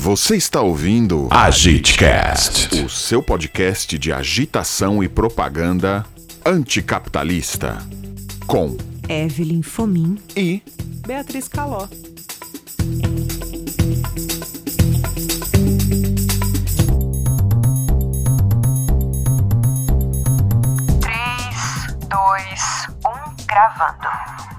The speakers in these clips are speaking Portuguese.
Você está ouvindo AgiteCast, o seu podcast de agitação e propaganda anticapitalista, com Evelyn Fomin e Beatriz Caló. Gravando.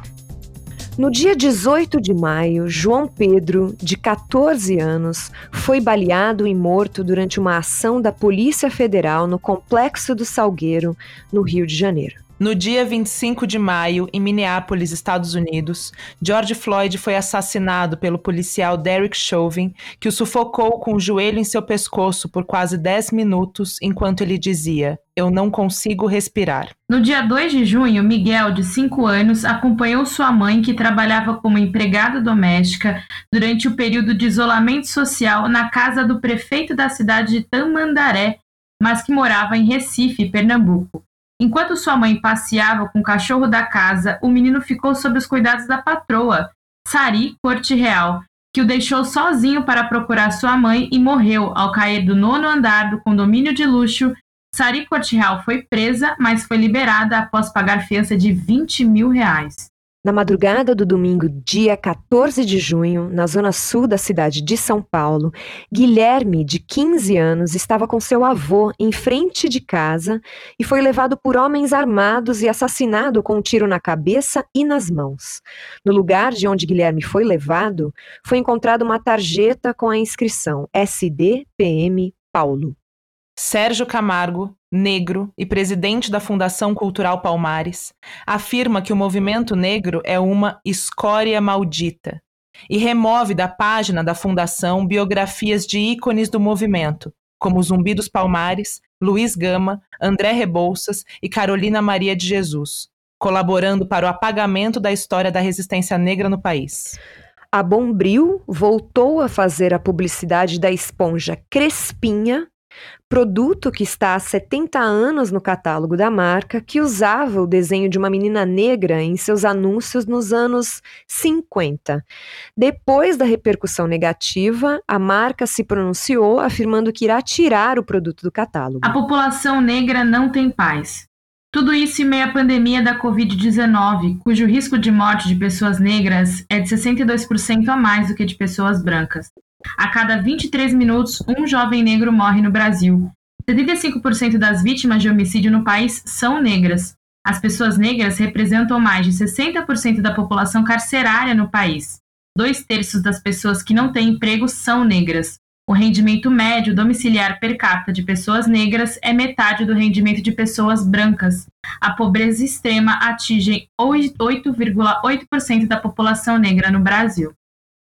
No dia 18 de maio, João Pedro, de 14 anos, foi baleado e morto durante uma ação da Polícia Federal no Complexo do Salgueiro, no Rio de Janeiro. No dia 25 de maio, em Minneapolis, Estados Unidos, George Floyd foi assassinado pelo policial Derek Chauvin, que o sufocou com o joelho em seu pescoço por quase 10 minutos, enquanto ele dizia: "Eu não consigo respirar". No dia 2 de junho, Miguel, de 5 anos, acompanhou sua mãe, que trabalhava como empregada doméstica, durante o período de isolamento social na casa do prefeito da cidade de Tamandaré, mas que morava em Recife, Pernambuco. Enquanto sua mãe passeava com o cachorro da casa, o menino ficou sob os cuidados da patroa, Sari Corte Real, que o deixou sozinho para procurar sua mãe e morreu ao cair do 9º andar do condomínio de luxo. Sari Corte Real foi presa, mas foi liberada após pagar fiança de R$20 mil. Na madrugada do domingo, dia 14 de junho, na zona sul da cidade de São Paulo, Guilherme, de 15 anos, estava com seu avô em frente de casa e foi levado por homens armados e assassinado com um tiro na cabeça e nas mãos. No lugar de onde Guilherme foi levado, foi encontrada uma tarjeta com a inscrição SD-PM Paulo. Sérgio Camargo, negro e presidente da Fundação Cultural Palmares, afirma que o movimento negro é uma escória maldita e remove da página da Fundação biografias de ícones do movimento, como Zumbi dos Palmares, Luiz Gama, André Rebouças e Carolina Maria de Jesus, colaborando para o apagamento da história da resistência negra no país. A Bombril voltou a fazer a publicidade da esponja Crespinha, produto que está há 70 anos no catálogo da marca, que usava o desenho de uma menina negra em seus anúncios nos anos 50. Depois da repercussão negativa, a marca se pronunciou afirmando que irá tirar o produto do catálogo. A população negra não tem paz. Tudo isso em meio à pandemia da Covid-19, cujo risco de morte de pessoas negras é de 62% a mais do que de pessoas brancas. A cada 23 minutos, um jovem negro morre no Brasil. 75% das vítimas de homicídio no país são negras. As pessoas negras representam mais de 60% da população carcerária no país. 2/3 das pessoas que não têm emprego são negras. O rendimento médio domiciliar per capita de pessoas negras é metade do rendimento de pessoas brancas. A pobreza extrema atinge 8,8% da população negra no Brasil.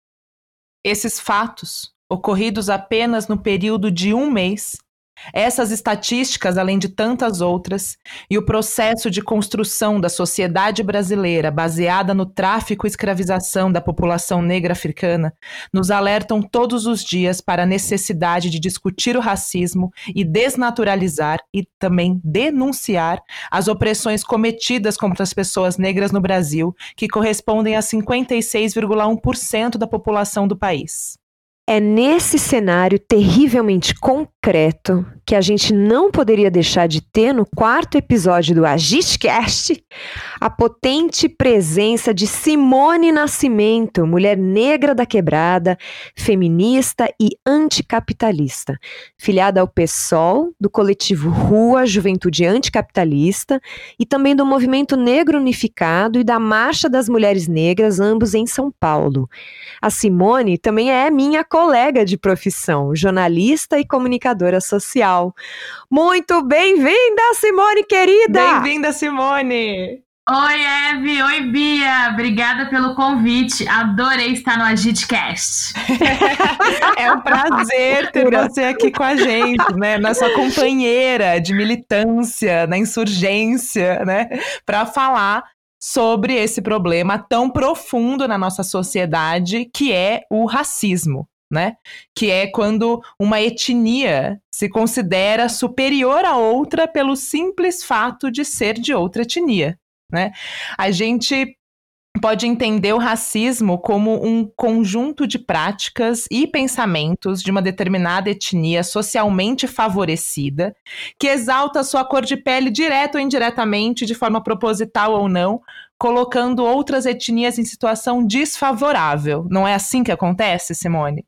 Esses fatos, ocorridos apenas no período de um mês, essas estatísticas, além de tantas outras, e o processo de construção da sociedade brasileira baseada no tráfico e escravização da população negra africana, nos alertam todos os dias para a necessidade de discutir o racismo e desnaturalizar e também denunciar as opressões cometidas contra as pessoas negras no Brasil, que correspondem a 56,1% da população do país. É nesse cenário terrivelmente concreto que a gente não poderia deixar de ter no 4º episódio do AgiteCast a potente presença de Simone Nascimento, mulher negra da quebrada, feminista e anticapitalista, filiada ao PSOL, do coletivo Rua Juventude Anticapitalista e também do Movimento Negro Unificado e da Marcha das Mulheres Negras, ambos em São Paulo. A Simone também é minha colega de profissão, jornalista e comunicadora social. Muito bem-vinda, Simone, querida! Bem-vinda, Simone! Oi, Eve! Oi, Bia! Obrigada pelo convite. Adorei estar no AgiteCast. É um prazer ter você aqui com a gente, né? Nossa companheira de militância, na insurgência, né? Para falar sobre esse problema tão profundo na nossa sociedade, que é o racismo, né? Que é quando uma etnia se considera superior a outra pelo simples fato de ser de outra etnia, né? A gente pode entender o racismo como um conjunto de práticas e pensamentos de uma determinada etnia socialmente favorecida, que exalta sua cor de pele direta ou indiretamente, de forma proposital ou não, colocando outras etnias em situação desfavorável. Não é assim que acontece, Simone?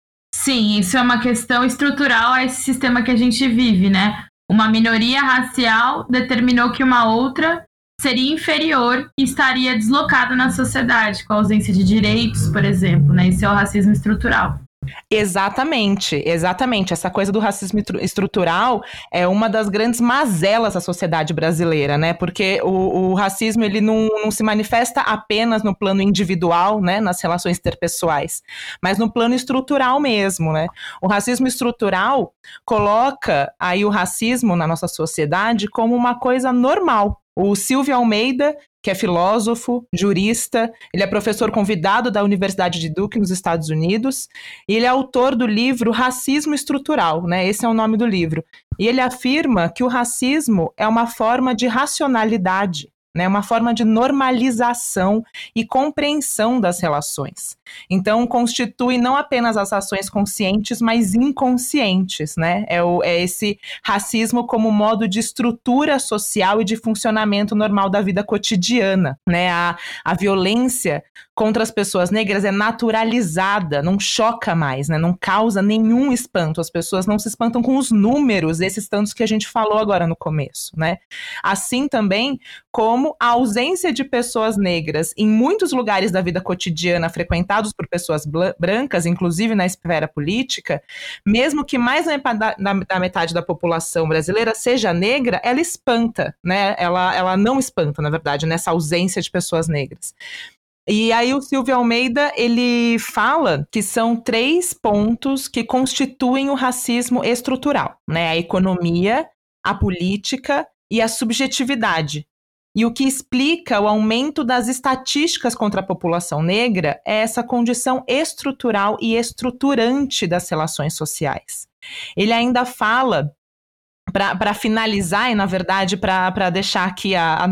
Sim, isso é uma questão estrutural a esse sistema que a gente vive, né? Uma minoria racial determinou que uma outra seria inferior e estaria deslocada na sociedade, com a ausência de direitos, por exemplo, né? Esse é o racismo estrutural. Exatamente. Essa coisa do racismo estrutural é uma das grandes mazelas da sociedade brasileira, né? Porque o racismo, ele não se manifesta apenas no plano individual, né? Nas relações interpessoais, mas no plano estrutural mesmo, né? O racismo estrutural coloca aí o racismo na nossa sociedade como uma coisa normal. O Silvio Almeida, que é filósofo, jurista, ele é professor convidado da Universidade de Duke, nos Estados Unidos, e ele é autor do livro Racismo Estrutural, né? Esse é o nome do livro. E ele afirma que o racismo é uma forma de racionalidade, né? Uma forma de normalização e compreensão das relações. Então, constitui não apenas as ações conscientes, mas inconscientes, né? É esse racismo como modo de estrutura social e de funcionamento normal da vida cotidiana, né? A violência contra as pessoas negras é naturalizada, não choca mais, né? Não causa nenhum espanto. As pessoas não se espantam com os números, esses tantos que a gente falou agora no começo, né? Assim também como a ausência de pessoas negras em muitos lugares da vida cotidiana frequentados por pessoas brancas, inclusive na esfera política, mesmo que mais da metade da população brasileira seja negra, ela espanta, né? Ela não espanta, na verdade, nessa ausência de pessoas negras. E aí o Silvio Almeida, ele fala que são 3 pontos que constituem o racismo estrutural, né? A economia, a política e a subjetividade. E o que explica o aumento das estatísticas contra a população negra é essa condição estrutural e estruturante das relações sociais. Ele ainda fala, para finalizar, e na verdade para deixar aqui a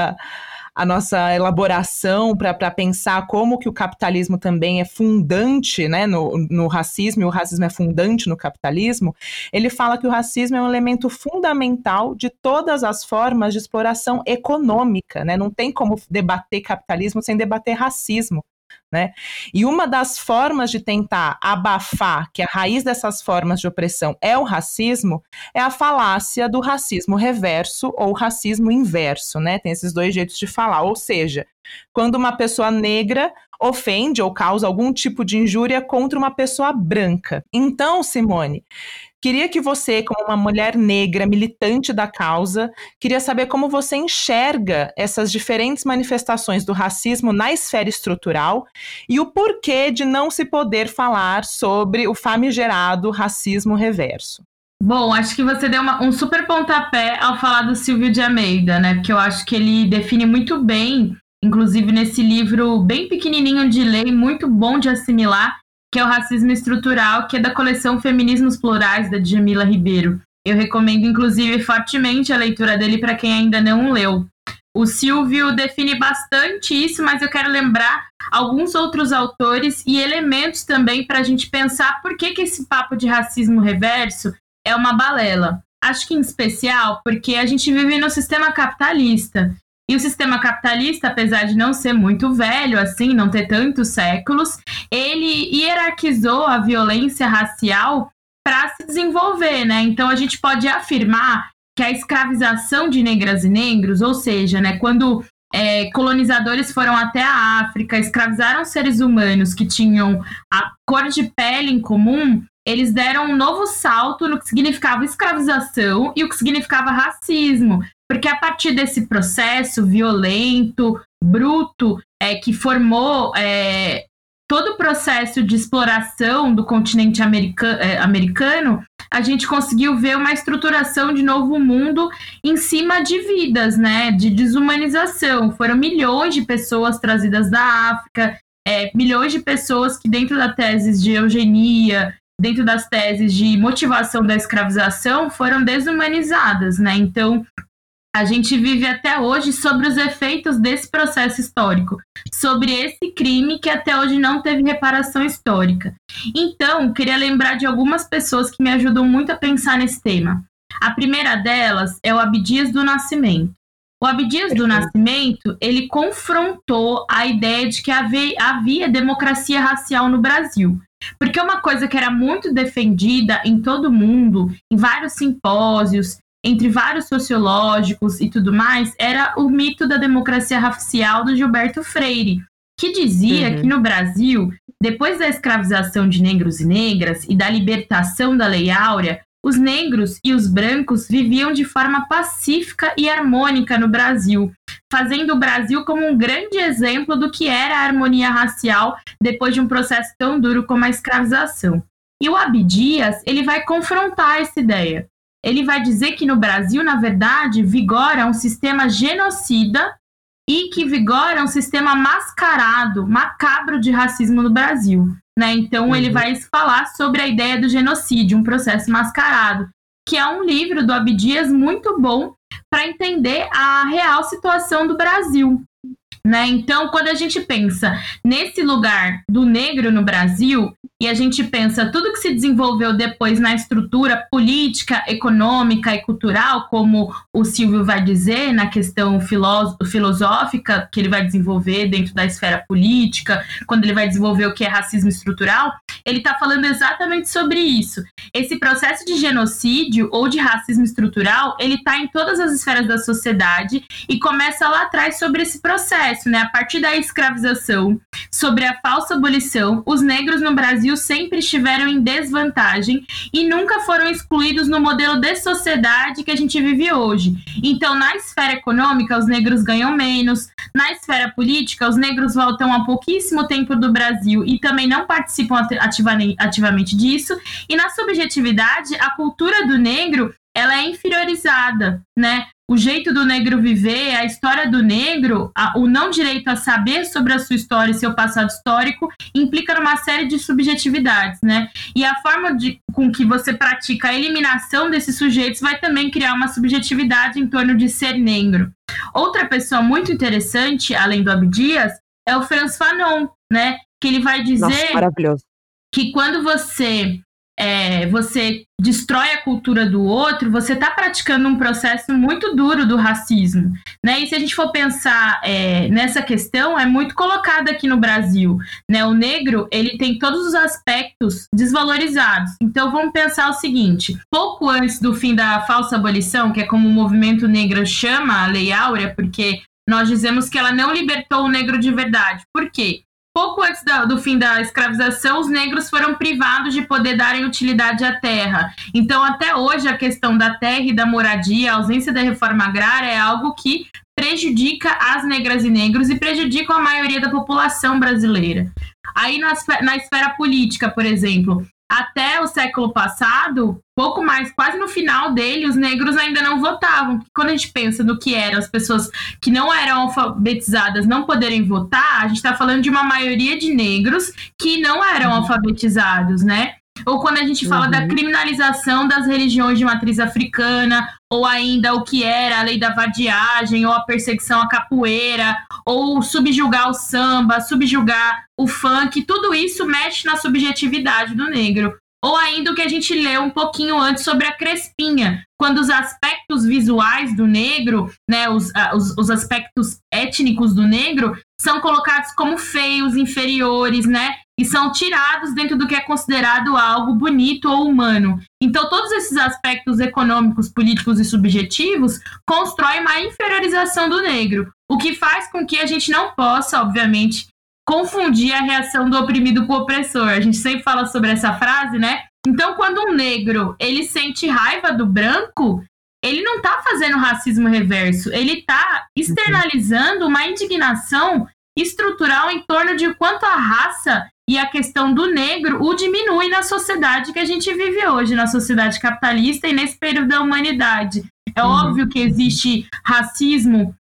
nossa elaboração, para pensar como que o capitalismo também é fundante, né, no racismo, e o racismo é fundante no capitalismo, ele fala que o racismo é um elemento fundamental de todas as formas de exploração econômica, né? Não tem como debater capitalismo sem debater racismo, né? E uma das formas de tentar abafar que a raiz dessas formas de opressão é o racismo, é a falácia do racismo reverso ou racismo inverso, né? Tem esses 2 jeitos de falar, ou seja, quando uma pessoa negra ofende ou causa algum tipo de injúria contra uma pessoa branca. Então, Simone, queria que você, como uma mulher negra, militante da causa, queria saber como você enxerga essas diferentes manifestações do racismo na esfera estrutural e o porquê de não se poder falar sobre o famigerado racismo reverso. Bom, acho que você deu um super pontapé ao falar do Silvio de Almeida, né? Porque eu acho que ele define muito bem, inclusive nesse livro bem pequenininho de ler, muito bom de assimilar, que é o Racismo Estrutural, que é da coleção Feminismos Plurais, da Djamila Ribeiro. Eu recomendo, inclusive, fortemente a leitura dele para quem ainda não leu. O Silvio define bastante isso, mas eu quero lembrar alguns outros autores e elementos também para a gente pensar por que esse papo de racismo reverso é uma balela. Acho que em especial porque a gente vive no sistema capitalista. E o sistema capitalista, apesar de não ser muito velho, assim, não ter tantos séculos, ele hierarquizou a violência racial para se desenvolver, né? Então a gente pode afirmar que a escravização de negras e negros, ou seja, né, quando colonizadores foram até a África, escravizaram seres humanos que tinham a cor de pele em comum, eles deram um novo salto no que significava escravização e o que significava racismo. Porque a partir desse processo violento, bruto, que formou todo o processo de exploração do continente americano, a gente conseguiu ver uma estruturação de novo mundo em cima de vidas, né, de desumanização. Foram milhões de pessoas trazidas da África, milhões de pessoas que dentro das teses de eugenia, dentro das teses de motivação da escravização, foram desumanizadas, né? Então, A gente vive até hoje sobre os efeitos desse processo histórico, sobre esse crime que até hoje não teve reparação histórica. Então, queria lembrar de algumas pessoas que me ajudam muito a pensar nesse tema. A primeira delas é o Abdias do Nascimento. O Abdias do Nascimento, ele confrontou a ideia de que havia democracia racial no Brasil. Porque uma coisa que era muito defendida em todo mundo, em vários simpósios, entre vários sociológicos e tudo mais, era o mito da democracia racial do Gilberto Freire, que dizia que no Brasil, depois da escravização de negros e negras e da libertação da Lei Áurea, os negros e os brancos viviam de forma pacífica e harmônica no Brasil, fazendo o Brasil como um grande exemplo do que era a harmonia racial depois de um processo tão duro como a escravização. E o Abdias, ele vai confrontar essa ideia. Ele vai dizer que no Brasil, na verdade, vigora um sistema genocida e que vigora um sistema mascarado, macabro de racismo no Brasil. Né? Então, ele vai falar sobre a ideia do genocídio, um processo mascarado, que é um livro do Abdias muito bom para entender a real situação do Brasil. Né? Então, quando a gente pensa nesse lugar do negro no Brasil, e a gente pensa tudo que se desenvolveu depois na estrutura política, econômica e cultural, como o Silvio vai dizer, na questão filosófica que ele vai desenvolver dentro da esfera política, quando ele vai desenvolver o que é racismo estrutural, ele está falando exatamente sobre isso. Esse processo de genocídio ou de racismo estrutural, ele está em todas as esferas da sociedade e começa lá atrás sobre esse processo, né? A partir da escravização, sobre a falsa abolição, os negros no Brasil sempre estiveram em desvantagem e nunca foram excluídos no modelo de sociedade que a gente vive hoje. Então, na esfera econômica, os negros ganham menos, na esfera política, os negros voltam há pouquíssimo tempo do Brasil e também não participam ativamente disso, e na subjetividade, a cultura do negro, ela é inferiorizada, né? O jeito do negro viver, a história do negro, o não direito a saber sobre a sua história e seu passado histórico implica numa série de subjetividades, né? E a forma com que você pratica a eliminação desses sujeitos vai também criar uma subjetividade em torno de ser negro. Outra pessoa muito interessante, além do Abdias, é o Frantz Fanon, né? Que ele vai dizer que quando você destrói a cultura do outro, você está praticando um processo muito duro do racismo, né? E se a gente for pensar nessa questão, é muito colocada aqui no Brasil, né? O negro, ele tem todos os aspectos desvalorizados. Então, vamos pensar o seguinte, pouco antes do fim da falsa abolição, que é como o movimento negro chama a Lei Áurea, porque nós dizemos que ela não libertou o negro de verdade. Por quê? Pouco antes do fim da escravização, os negros foram privados de poder darem utilidade à terra. Então, até hoje, a questão da terra e da moradia, a ausência da reforma agrária é algo que prejudica as negras e negros e prejudica a maioria da população brasileira. Aí, na esfera política, por exemplo, até o século passado, pouco mais, quase no final dele, os negros ainda não votavam. Quando a gente pensa no que eram as pessoas que não eram alfabetizadas não poderem votar, a gente está falando de uma maioria de negros que não eram alfabetizados, né? Ou quando a gente fala da criminalização das religiões de matriz africana, ou ainda o que era a lei da vadiagem, ou a perseguição à capoeira, ou subjugar o samba, subjugar o funk, tudo isso mexe na subjetividade do negro. Ou ainda o que a gente leu um pouquinho antes sobre a crespinha, quando os aspectos visuais do negro, né, os aspectos étnicos do negro, são colocados como feios, inferiores, né? E são tirados dentro do que é considerado algo bonito ou humano. Então, todos esses aspectos econômicos, políticos e subjetivos constroem uma inferiorização do negro, o que faz com que a gente não possa, obviamente, confundir a reação do oprimido com o opressor. A gente sempre fala sobre essa frase, né? Então, quando um negro, ele sente raiva do branco, ele não está fazendo racismo reverso, ele está externalizando uma indignação estrutural em torno de quanto a raça e a questão do negro o diminui na sociedade que a gente vive hoje, na sociedade capitalista e nesse período da humanidade. É óbvio que existe racismo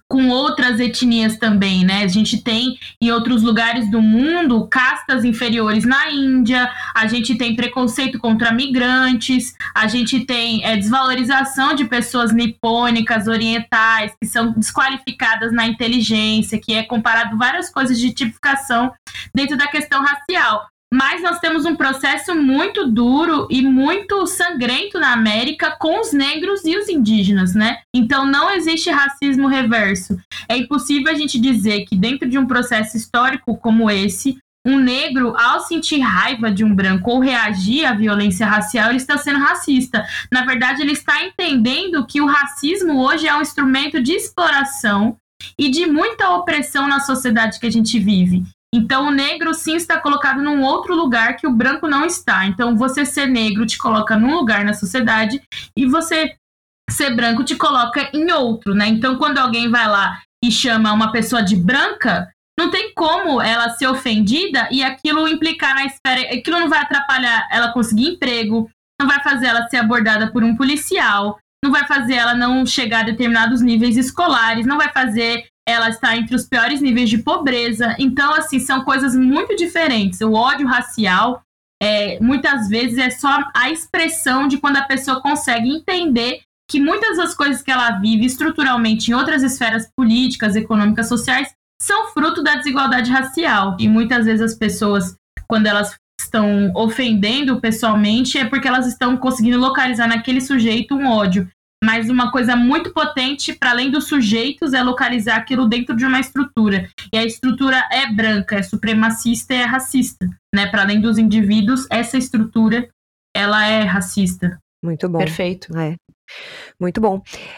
com outras etnias também, né? A gente tem em outros lugares do mundo castas inferiores na Índia, a gente tem preconceito contra migrantes, a gente tem desvalorização de pessoas nipônicas, orientais, que são desqualificadas na inteligência, que é comparado várias coisas de tipificação dentro da questão racial. Mas nós temos um processo muito duro e muito sangrento na América com os negros e os indígenas, né? Então não existe racismo reverso. É impossível a gente dizer que dentro de um processo histórico como esse, um negro, ao sentir raiva de um branco ou reagir à violência racial, ele está sendo racista. Na verdade, ele está entendendo que o racismo hoje é um instrumento de exploração e de muita opressão na sociedade que a gente vive. Então, o negro, sim, está colocado num outro lugar que o branco não está. Então, você ser negro te coloca num lugar na sociedade e você ser branco te coloca em outro, né? Então, quando alguém vai lá e chama uma pessoa de branca, não tem como ela ser ofendida e aquilo implicar na esfera... Aquilo não vai atrapalhar ela conseguir emprego, não vai fazer ela ser abordada por um policial, não vai fazer ela não chegar a determinados níveis escolares, não vai fazer ela estar entre os piores níveis de pobreza. Então, assim, são coisas muito diferentes. O ódio racial, muitas vezes, é só a expressão de quando a pessoa consegue entender que muitas das coisas que ela vive estruturalmente em outras esferas políticas, econômicas, sociais, são fruto da desigualdade racial. E muitas vezes as pessoas, quando elas estão ofendendo pessoalmente, é porque elas estão conseguindo localizar naquele sujeito um ódio. Mas uma coisa muito potente, para além dos sujeitos, é localizar aquilo dentro de uma estrutura. E a estrutura é branca, é supremacista e é racista, né? Para além dos indivíduos, essa estrutura, ela é racista. Muito bom. Perfeito. Muito bom.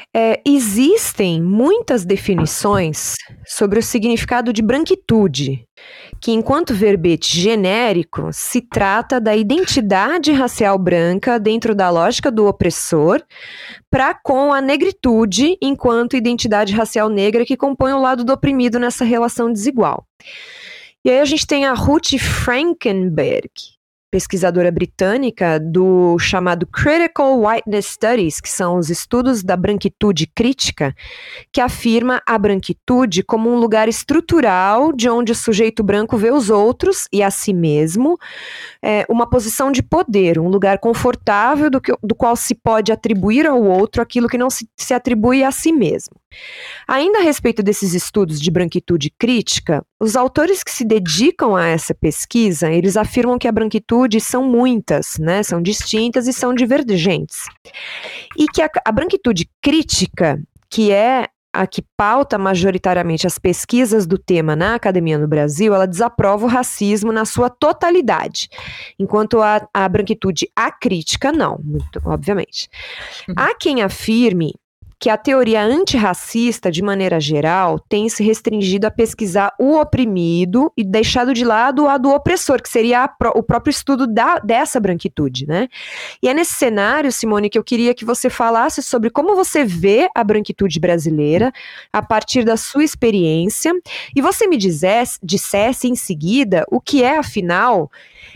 Existem muitas definições sobre o significado de branquitude, que enquanto verbete genérico, se trata da identidade racial branca dentro da lógica do opressor, para com a negritude enquanto identidade racial negra que compõe o lado do oprimido nessa relação desigual. E aí a gente tem a Ruth Frankenberg, pesquisadora britânica do chamado Critical Whiteness Studies, que são os estudos da branquitude crítica, que afirma a branquitude como um lugar estrutural de onde o sujeito branco vê os outros e a si mesmo, uma posição de poder, um lugar confortável do qual se pode atribuir ao outro aquilo que não se atribui a si mesmo. Ainda a respeito desses estudos de branquitude crítica, os autores que se dedicam a essa pesquisa, eles afirmam que a branquitude são muitas, né, são distintas e são divergentes. E que a branquitude crítica, que é a que pauta majoritariamente as pesquisas do tema na academia no Brasil, ela desaprova o racismo na sua totalidade, enquanto a branquitude acrítica não, muito obviamente. Há quem afirme que a teoria antirracista, de maneira geral, tem se restringido a pesquisar o oprimido e deixado de lado a do opressor, que seria o próprio estudo dessa branquitude, né? E é nesse cenário, Simone, que eu queria que você falasse sobre como você vê a branquitude brasileira a partir da sua experiência, e você me dissesse em seguida o que é afinal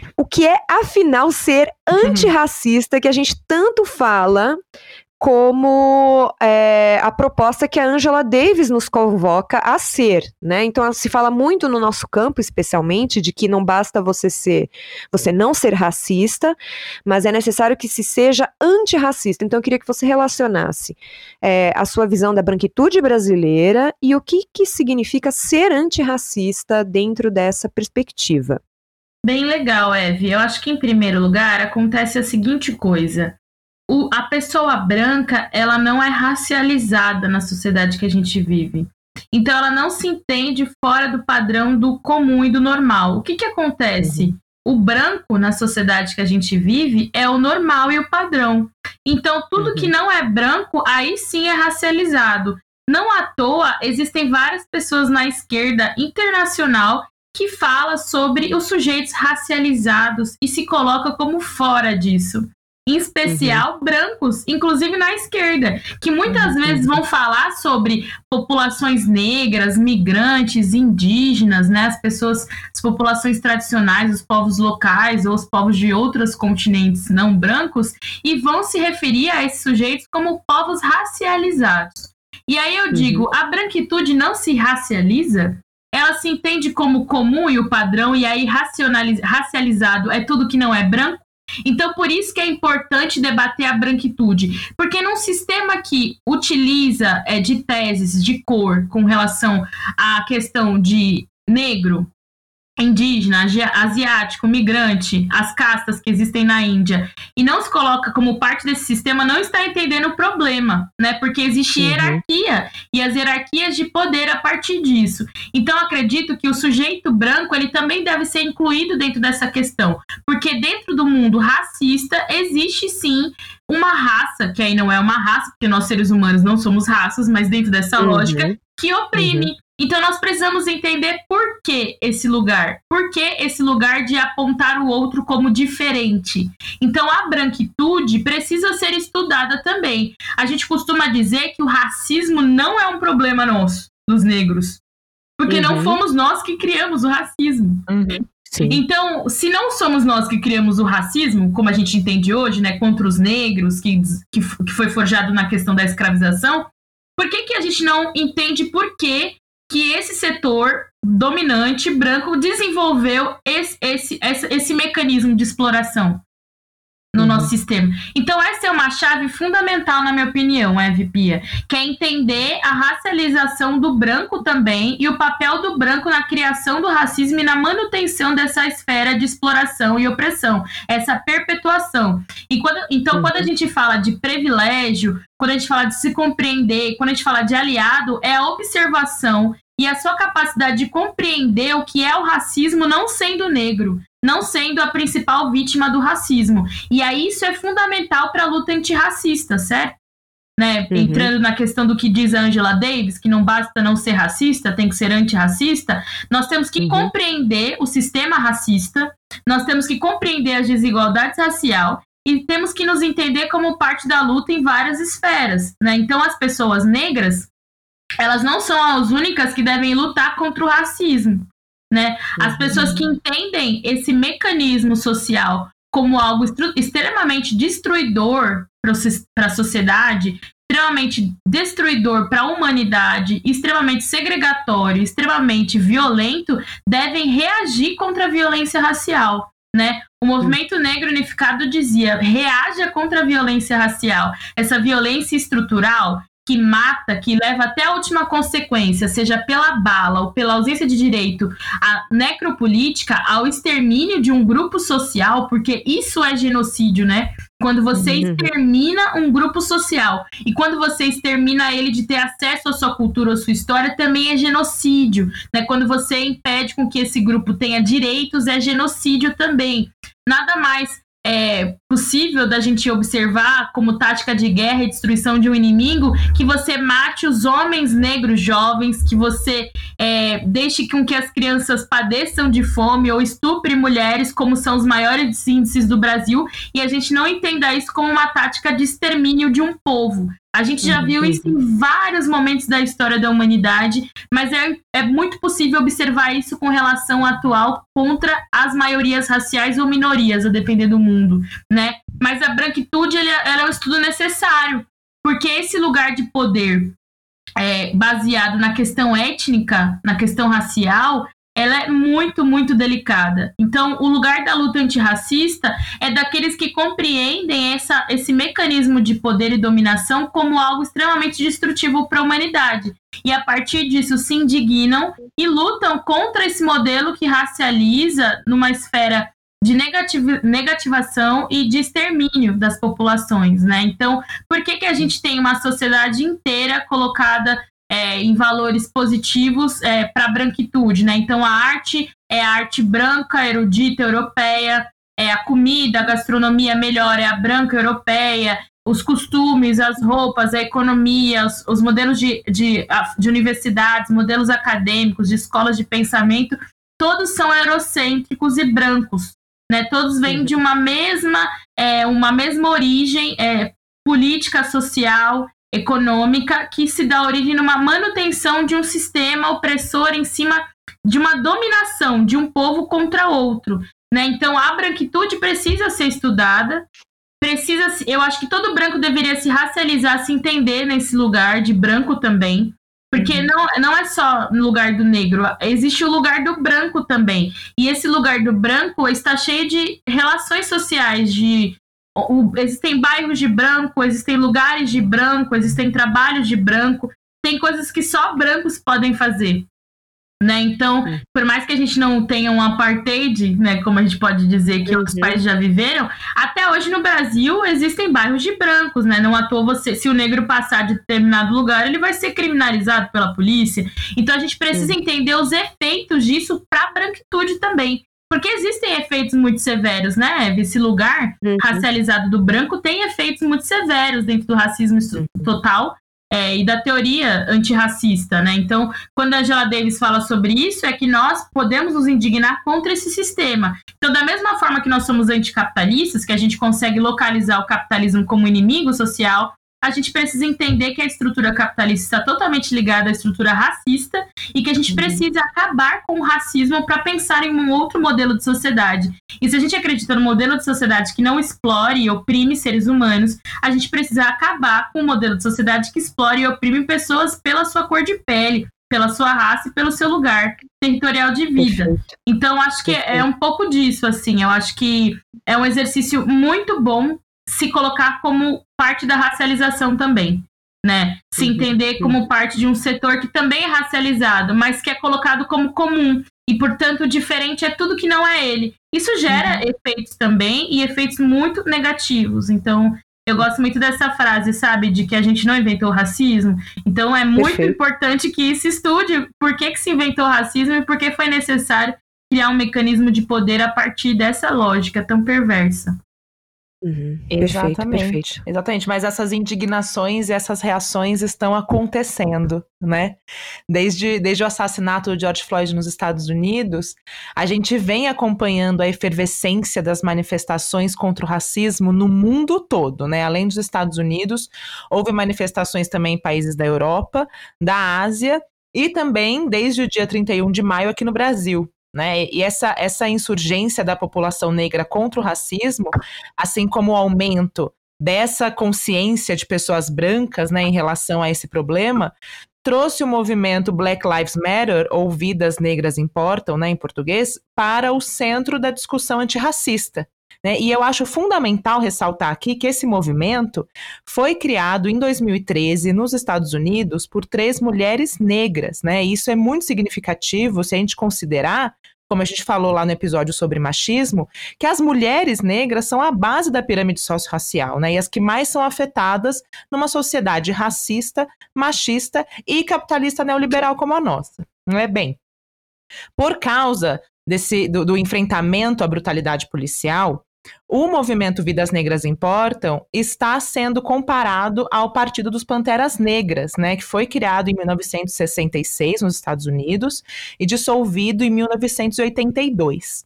ser antirracista, que a gente tanto fala, como a proposta que a Angela Davis nos convoca a ser, né? Então se fala muito no nosso campo, especialmente, de que não basta você não ser racista, mas é necessário que se seja antirracista. Então eu queria que você relacionasse a sua visão da branquitude brasileira e o que significa ser antirracista dentro dessa perspectiva. Bem legal, Eve. Eu acho que, em primeiro lugar, acontece a seguinte coisa. A pessoa branca, ela não é racializada na sociedade que a gente vive. Então, ela não se entende fora do padrão do comum e do normal. O que acontece? O branco, na sociedade que a gente vive, é o normal e o padrão. Então, tudo que não é branco, aí sim é racializado. Não à toa, existem várias pessoas na esquerda internacional que fala sobre os sujeitos racializados e se coloca como fora disso. Em especial brancos, inclusive na esquerda, que muitas vezes vão falar sobre populações negras, migrantes, indígenas, né, as populações tradicionais, os povos locais ou os povos de outros continentes não brancos, e vão se referir a esses sujeitos como povos racializados. E aí eu digo, a branquitude não se racializa? Ela se entende como comum e o padrão, e aí racializado é tudo que não é branco? Então, por isso que é importante debater a branquitude. Porque num sistema que utiliza de teses de cor com relação à questão de negro, indígena, asiático, migrante, as castas que existem na Índia, e não se coloca como parte desse sistema, não está entendendo o problema, né? Porque existe hierarquia e as hierarquias de poder a partir disso. Então, acredito que o sujeito branco, ele também deve ser incluído dentro dessa questão, porque dentro do mundo racista existe sim uma raça, que aí não é uma raça, porque nós seres humanos não somos raças, mas dentro dessa lógica, que oprime. Então, nós precisamos entender por que esse lugar. Por que esse lugar de apontar o outro como diferente. Então, a branquitude precisa ser estudada também. A gente costuma dizer que o racismo não é um problema nosso, dos negros. Porque não fomos nós que criamos o racismo. Sim. Então, se não somos nós que criamos o racismo, como a gente entende hoje, né, contra os negros, que foi forjado na questão da escravização, por que a gente não entende por que esse setor dominante branco desenvolveu esse mecanismo de exploração no nosso sistema? Então, essa é uma chave fundamental, na minha opinião, Eve Pia, que é entender a racialização do branco também e o papel do branco na criação do racismo e na manutenção dessa esfera de exploração e opressão, essa perpetuação. E quando a gente fala de privilégio, quando a gente fala de se compreender, quando a gente fala de aliado, é a observação e a sua capacidade de compreender o que é o racismo não sendo negro, não sendo a principal vítima do racismo. E aí isso é fundamental para a luta antirracista, certo? Né? Entrando na questão do que diz a Angela Davis, que não basta não ser racista, tem que ser antirracista, nós temos que compreender o sistema racista, nós temos que compreender as desigualdades raciais e temos que nos entender como parte da luta em várias esferas, né? Então, as pessoas negras, elas não são as únicas que devem lutar contra o racismo, né? As pessoas que entendem esse mecanismo social como algo extremamente destruidor para a sociedade, extremamente destruidor para a humanidade, extremamente segregatório, extremamente violento, devem reagir contra a violência racial, né? O movimento negro unificado dizia: reaja contra a violência racial, essa violência estrutural que mata, que leva até a última consequência, seja pela bala ou pela ausência de direito à necropolítica, ao extermínio de um grupo social, porque isso é genocídio, né? Quando você extermina um grupo social e quando você extermina ele de ter acesso à sua cultura ou à sua história, também é genocídio, né? Quando você impede com que esse grupo tenha direitos, é genocídio também. Nada mais é possível da gente observar como tática de guerra e destruição de um inimigo que você mate os homens negros jovens, que você deixe com que as crianças padeçam de fome ou estupre mulheres, como são os maiores índices do Brasil, e a gente não entenda isso como uma tática de extermínio de um povo. A gente já viu isso em vários momentos da história da humanidade, mas é muito possível observar isso com relação atual contra as maiorias raciais ou minorias, a depender do mundo, né? Mas a branquitude ela é um estudo necessário, porque esse lugar de poder baseado na questão étnica, na questão racial, ela é muito, muito delicada. Então, o lugar da luta antirracista é daqueles que compreendem esse mecanismo de poder e dominação como algo extremamente destrutivo para a humanidade. E, a partir disso, se indignam e lutam contra esse modelo que racializa numa esfera de negativação e de extermínio das populações, né? Então, por que a gente tem uma sociedade inteira colocada em valores positivos para a branquitude, né? Então, a arte é a arte branca, erudita, europeia, a comida, a gastronomia melhor é a branca, europeia, os costumes, as roupas, a economia, os modelos de universidades, modelos acadêmicos, de escolas de pensamento, todos são eurocêntricos e brancos, né? Todos vêm de uma mesma origem política, social, econômica, que se dá origem numa manutenção de um sistema opressor em cima de uma dominação de um povo contra outro, né? Então, a branquitude precisa ser estudada, eu acho que todo branco deveria se racializar, se entender nesse lugar de branco também. Porque não é só no lugar do negro, existe o lugar do branco também. E esse lugar do branco está cheio de relações sociais, existem bairros de branco, existem lugares de branco, existem trabalhos de branco, tem coisas que só brancos podem fazer. Né? Então, por mais que a gente não tenha um apartheid, né, como a gente pode dizer que outros países já viveram, até hoje no Brasil existem bairros de brancos, né? Não à toa se o negro passar de determinado lugar, ele vai ser criminalizado pela polícia. Então a gente precisa entender os efeitos disso para a branquitude também. Porque existem efeitos muito severos, né, Eve? Esse lugar racializado do branco tem efeitos muito severos dentro do racismo total. E da teoria antirracista, né? Então, quando a Angela Davis fala sobre isso, é que nós podemos nos indignar contra esse sistema. Então, da mesma forma que nós somos anticapitalistas, que a gente consegue localizar o capitalismo como inimigo social, a gente precisa entender que a estrutura capitalista está totalmente ligada à estrutura racista e que a gente precisa acabar com o racismo para pensar em um outro modelo de sociedade. E se a gente acredita no modelo de sociedade que não explore e oprime seres humanos, a gente precisa acabar com um modelo de sociedade que explore e oprime pessoas pela sua cor de pele, pela sua raça e pelo seu lugar territorial de vida. Perfeito. Então, acho que é um pouco disso, assim. Eu acho que é um exercício muito bom se colocar como parte da racialização também, né? Se entender como parte de um setor que também é racializado, mas que é colocado como comum e, portanto, diferente é tudo que não é ele. Isso gera efeitos também e efeitos muito negativos. Então, eu gosto muito dessa frase, sabe? De que a gente não inventou o racismo. Então, é muito importante que se estude por que se inventou o racismo e por que foi necessário criar um mecanismo de poder a partir dessa lógica tão perversa. Exatamente. Exatamente, mas essas indignações e essas reações estão acontecendo, né? Desde o assassinato de George Floyd nos Estados Unidos, a gente vem acompanhando a efervescência das manifestações contra o racismo no mundo todo, né? Além dos Estados Unidos, houve manifestações também em países da Europa, da Ásia e também desde o dia 31 de maio aqui no Brasil. Né? E essa insurgência da população negra contra o racismo, assim como o aumento dessa consciência de pessoas brancas, né, em relação a esse problema, trouxe o movimento Black Lives Matter, ou Vidas Negras Importam, né, em português, para o centro da discussão antirracista. Né? E eu acho fundamental ressaltar aqui que esse movimento foi criado em 2013 nos Estados Unidos por 3 mulheres negras, né? E isso é muito significativo se a gente considerar, como a gente falou lá no episódio sobre machismo, que as mulheres negras são a base da pirâmide socio-racial, né? E as que mais são afetadas numa sociedade racista, machista e capitalista neoliberal como a nossa. Não é bem? Por causa do enfrentamento à brutalidade policial, o movimento Vidas Negras Importam está sendo comparado ao Partido dos Panteras Negras, né, que foi criado em 1966 nos Estados Unidos e dissolvido em 1982.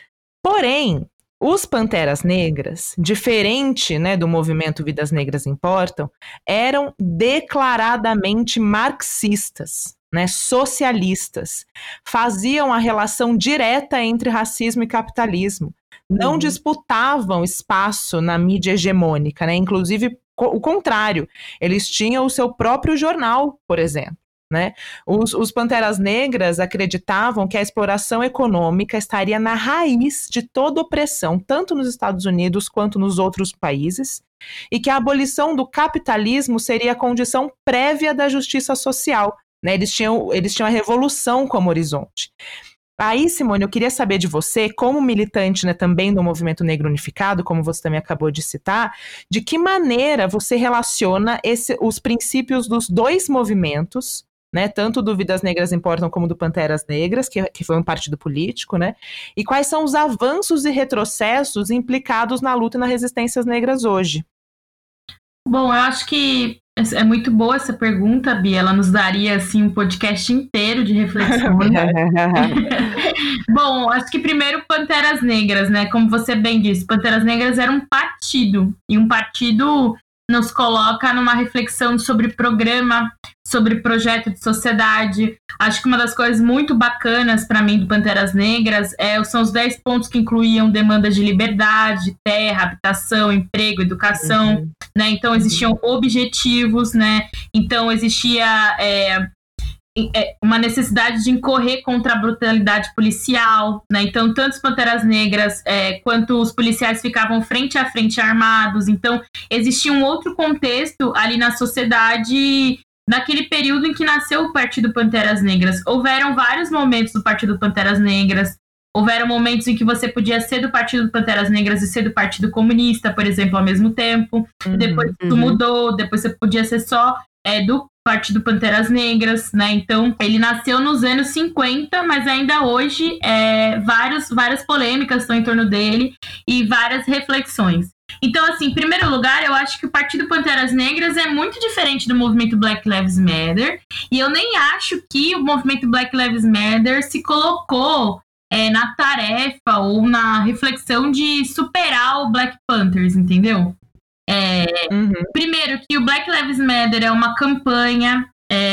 Porém, os Panteras Negras, diferente, né, do movimento Vidas Negras Importam, eram declaradamente marxistas, né, socialistas, faziam a relação direta entre racismo e capitalismo, não disputavam espaço na mídia hegemônica, né, inclusive o contrário, eles tinham o seu próprio jornal, por exemplo. Né? Os Panteras Negras acreditavam que a exploração econômica estaria na raiz de toda opressão, tanto nos Estados Unidos quanto nos outros países, e que a abolição do capitalismo seria a condição prévia da justiça social. Né? Eles tinham a revolução como horizonte. Aí, Simone, eu queria saber de você, como militante, né, também do Movimento Negro Unificado, como você também acabou de citar, de que maneira você relaciona os princípios dos dois movimentos, né, tanto do Vidas Negras Importam como do Panteras Negras, que foi um partido político, né, e quais são os avanços e retrocessos implicados na luta e nas resistências negras hoje? Bom, eu acho que é muito boa essa pergunta, Bia. Ela nos daria assim, um podcast inteiro de reflexão. Bom, acho que primeiro Panteras Negras, né? Como você bem disse, Panteras Negras era um partido. E um partido nos coloca numa reflexão sobre programa, sobre projeto de sociedade. Acho que uma das coisas muito bacanas para mim do Panteras Negras são os 10 pontos que incluíam demandas de liberdade, terra, habitação, emprego, educação, né? Então existiam objetivos, né? Então existia uma necessidade de incorrer contra a brutalidade policial, né? Então tanto os Panteras Negras quanto os policiais ficavam frente a frente armados. Então existia um outro contexto ali na sociedade naquele período em que nasceu o Partido Panteras Negras. Houveram vários momentos do Partido Panteras Negras. Houveram momentos em que você podia ser do Partido Panteras Negras e ser do Partido Comunista, por exemplo, ao mesmo tempo. Depois isso mudou, depois você podia ser só do Partido Panteras Negras, né? Então, ele nasceu nos anos 50, mas ainda hoje várias polêmicas estão em torno dele e várias reflexões. Então, assim, em primeiro lugar, eu acho que o Partido Panteras Negras é muito diferente do movimento Black Lives Matter, e eu nem acho que o movimento Black Lives Matter se colocou na tarefa ou na reflexão de superar o Black Panthers, entendeu? Primeiro, que o Black Lives Matter é uma campanha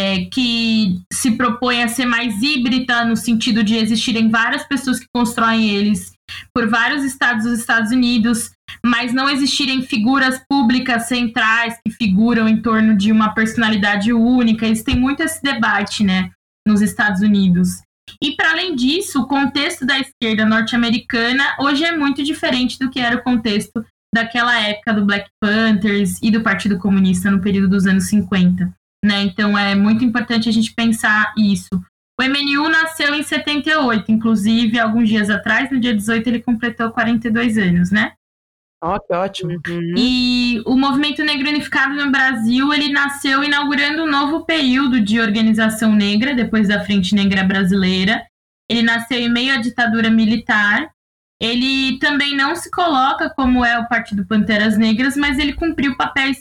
que se propõe a ser mais híbrida, no sentido de existirem várias pessoas que constroem eles por vários estados dos Estados Unidos, mas não existirem figuras públicas centrais que figuram em torno de uma personalidade única. Eles têm muito esse debate, né, nos Estados Unidos. E, para além disso, o contexto da esquerda norte-americana hoje é muito diferente do que era o contexto daquela época do Black Panthers e do Partido Comunista no período dos anos 50. Né? Então, é muito importante a gente pensar isso. O MNU nasceu em 78, inclusive, alguns dias atrás, no dia 18, ele completou 42 anos, né? Ó, que ótimo. E o Movimento Negro Unificado no Brasil, ele nasceu inaugurando um novo período de organização negra, depois da Frente Negra Brasileira. Ele nasceu em meio à ditadura militar. Ele também não se coloca como é o Partido Panteras Negras, mas ele cumpre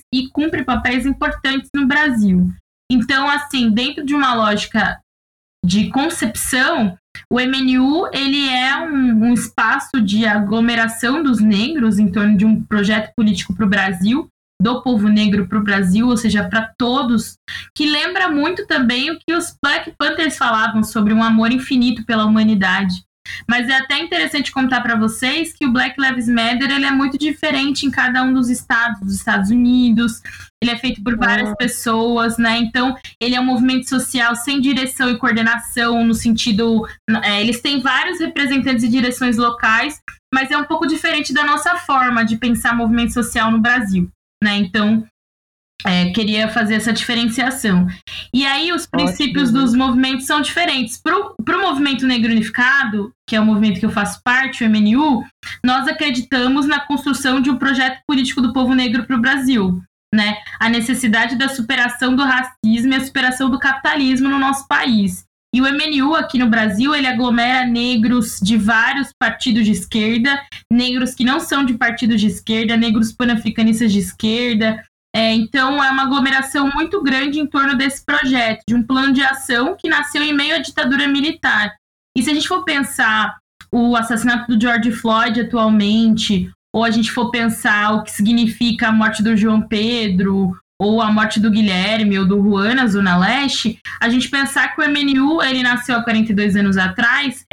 papéis importantes no Brasil. Então, assim, dentro de uma lógica de concepção, o MNU ele é um espaço de aglomeração dos negros em torno de um projeto político para o Brasil, do povo negro para o Brasil, ou seja, para todos, que lembra muito também o que os Black Panthers falavam sobre um amor infinito pela humanidade. Mas é até interessante contar para vocês que o Black Lives Matter ele é muito diferente em cada um dos estados, dos Estados Unidos. Ele é feito por várias pessoas, né? Então, ele é um movimento social sem direção e coordenação, no sentido... eles têm vários representantes e direções locais, mas é um pouco diferente da nossa forma de pensar movimento social no Brasil, né? Então, queria fazer essa diferenciação. E aí, os princípios dos movimentos são diferentes. Para o Movimento Negro Unificado, que é o movimento que eu faço parte, o MNU, nós acreditamos na construção de um projeto político do povo negro para o Brasil, né? A necessidade da superação do racismo e a superação do capitalismo no nosso país. E o MNU, aqui no Brasil, ele aglomera negros de vários partidos de esquerda, negros que não são de partidos de esquerda, negros panafricanistas de esquerda. Então, é uma aglomeração muito grande em torno desse projeto, de um plano de ação que nasceu em meio à ditadura militar. E se a gente for pensar o assassinato do George Floyd atualmente, ou a gente for pensar o que significa a morte do João Pedro, ou a morte do Guilherme, ou do Juan na Zona Leste, a gente pensar que o MNU ele nasceu há 42 anos atrás,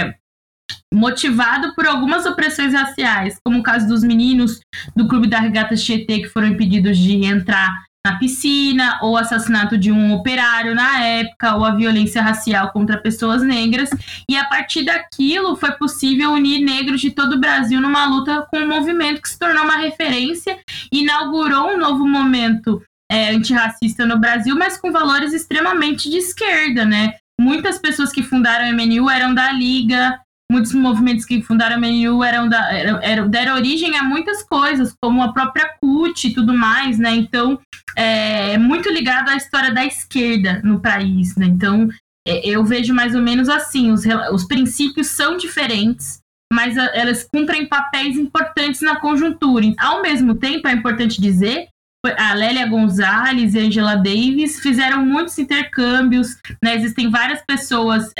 motivado por algumas opressões raciais, como o caso dos meninos do Clube da Regata Tietê que foram impedidos de entrar na piscina, ou o assassinato de um operário na época, ou a violência racial contra pessoas negras. E a partir daquilo foi possível unir negros de todo o Brasil numa luta com um movimento que se tornou uma referência e inaugurou um novo momento antirracista no Brasil, mas com valores extremamente de esquerda, né? Muitas pessoas que fundaram o MNU eram da Liga. Muitos movimentos que fundaram a MNU deram origem a muitas coisas, como a própria CUT e tudo mais, né? Então, é muito ligado à história da esquerda no país, né? Então, eu vejo mais ou menos assim, os princípios são diferentes, mas elas cumprem papéis importantes na conjuntura. Ao mesmo tempo, é importante dizer, a Lélia Gonzalez e a Angela Davis fizeram muitos intercâmbios, né? Existem várias pessoas...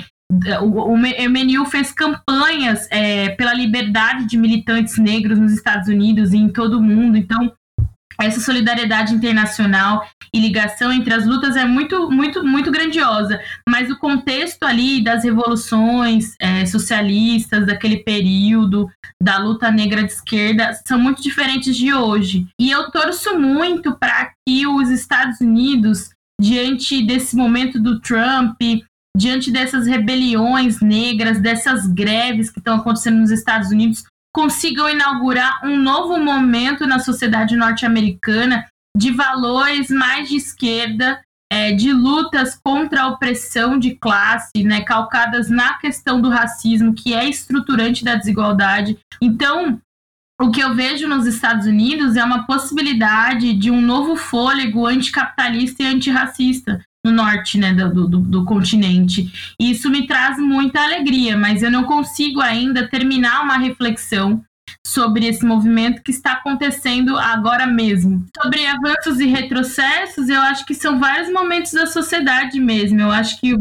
O MNU fez campanhas pela liberdade de militantes negros nos Estados Unidos e em todo o mundo. Então, essa solidariedade internacional e ligação entre as lutas é muito, muito, muito grandiosa. Mas o contexto ali das revoluções socialistas, daquele período, da luta negra de esquerda, são muito diferentes de hoje. E eu torço muito para que os Estados Unidos, diante desse momento do Trump, diante dessas rebeliões negras, dessas greves que estão acontecendo nos Estados Unidos, consigam inaugurar um novo momento na sociedade norte-americana de valores mais de esquerda, de lutas contra a opressão de classe, né, calcadas na questão do racismo, que é estruturante da desigualdade. Então, o que eu vejo nos Estados Unidos é uma possibilidade de um novo fôlego anticapitalista e antirracista no norte, né, do continente. E isso me traz muita alegria, mas eu não consigo ainda terminar uma reflexão sobre esse movimento que está acontecendo agora mesmo. Sobre avanços e retrocessos, eu acho que são vários momentos da sociedade mesmo. Eu acho que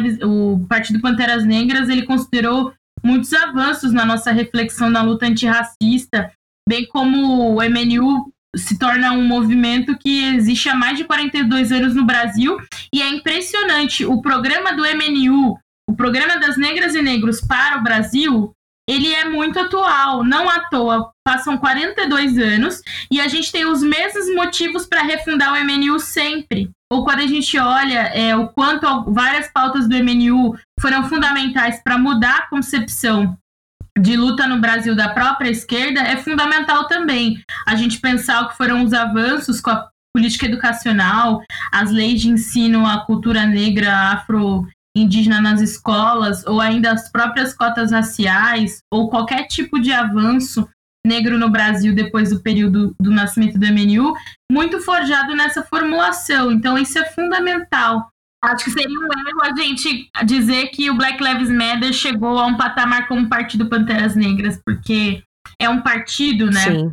o Partido Panteras Negras, ele considerou muitos avanços na nossa reflexão na luta antirracista, bem como o MNU se torna um movimento que existe há mais de 42 anos no Brasil, e é impressionante, o programa do MNU, o Programa das Negras e Negros para o Brasil, ele é muito atual, não à toa, passam 42 anos, e a gente tem os mesmos motivos para refundar o MNU sempre. Ou quando a gente olha o quanto várias pautas do MNU foram fundamentais para mudar a concepção de luta no Brasil da própria esquerda, é fundamental também a gente pensar o que foram os avanços com a política educacional, as leis de ensino à cultura negra afro-indígena nas escolas, ou ainda as próprias cotas raciais, ou qualquer tipo de avanço negro no Brasil depois do período do nascimento do MNU, muito forjado nessa formulação. Então isso é fundamental. Acho que seria um erro a gente dizer que o Black Lives Matter chegou a um patamar como Partido Panteras Negras, porque é um partido, né? Sim.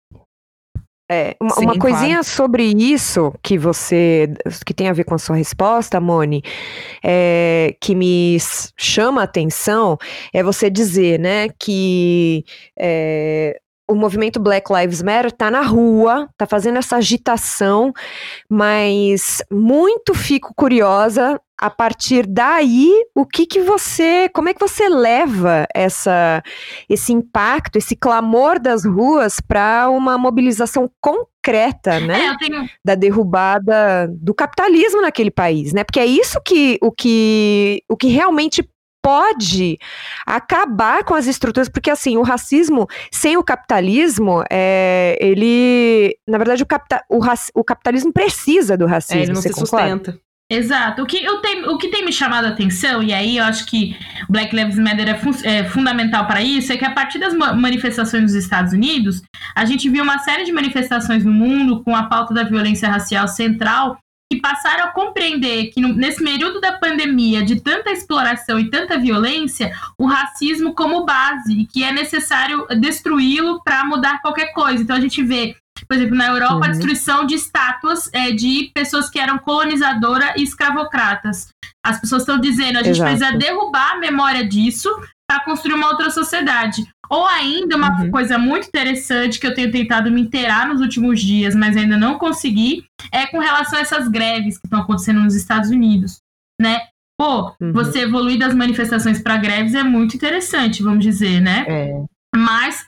Sim, Uma coisinha claro. sobre isso que tem a ver com a sua resposta, Moni, que me chama a atenção, é você dizer, né, que o movimento Black Lives Matter está na rua, está fazendo essa agitação, mas muito fico curiosa a partir daí, como é que você leva esse impacto, esse clamor das ruas para uma mobilização concreta, né, da derrubada do capitalismo naquele país, né, porque é isso o que realmente pode acabar com as estruturas, porque assim, o racismo sem o capitalismo, na verdade o capitalismo precisa do racismo, Ele não você se concorda? sustenta. Exato. O que tem me chamado a atenção, e aí eu acho que Black Lives Matter é fundamental para isso, é que a partir das manifestações nos Estados Unidos, a gente viu uma série de manifestações no mundo com a pauta da violência racial central, que passaram a compreender que nesse período da pandemia, de tanta exploração e tanta violência, o racismo como base, e que é necessário destruí-lo para mudar qualquer coisa. Então a gente vê, por exemplo, na Europa, a destruição de estátuas de pessoas que eram colonizadoras e escravocratas. As pessoas estão dizendo, a gente precisa derrubar a memória disso para construir uma outra sociedade. Ou ainda, uma coisa muito interessante que eu tenho tentado me inteirar nos últimos dias, mas ainda não consegui, é com relação a essas greves que estão acontecendo nos Estados Unidos, né? Você evoluir das manifestações para greves é muito interessante, vamos dizer, né? Mas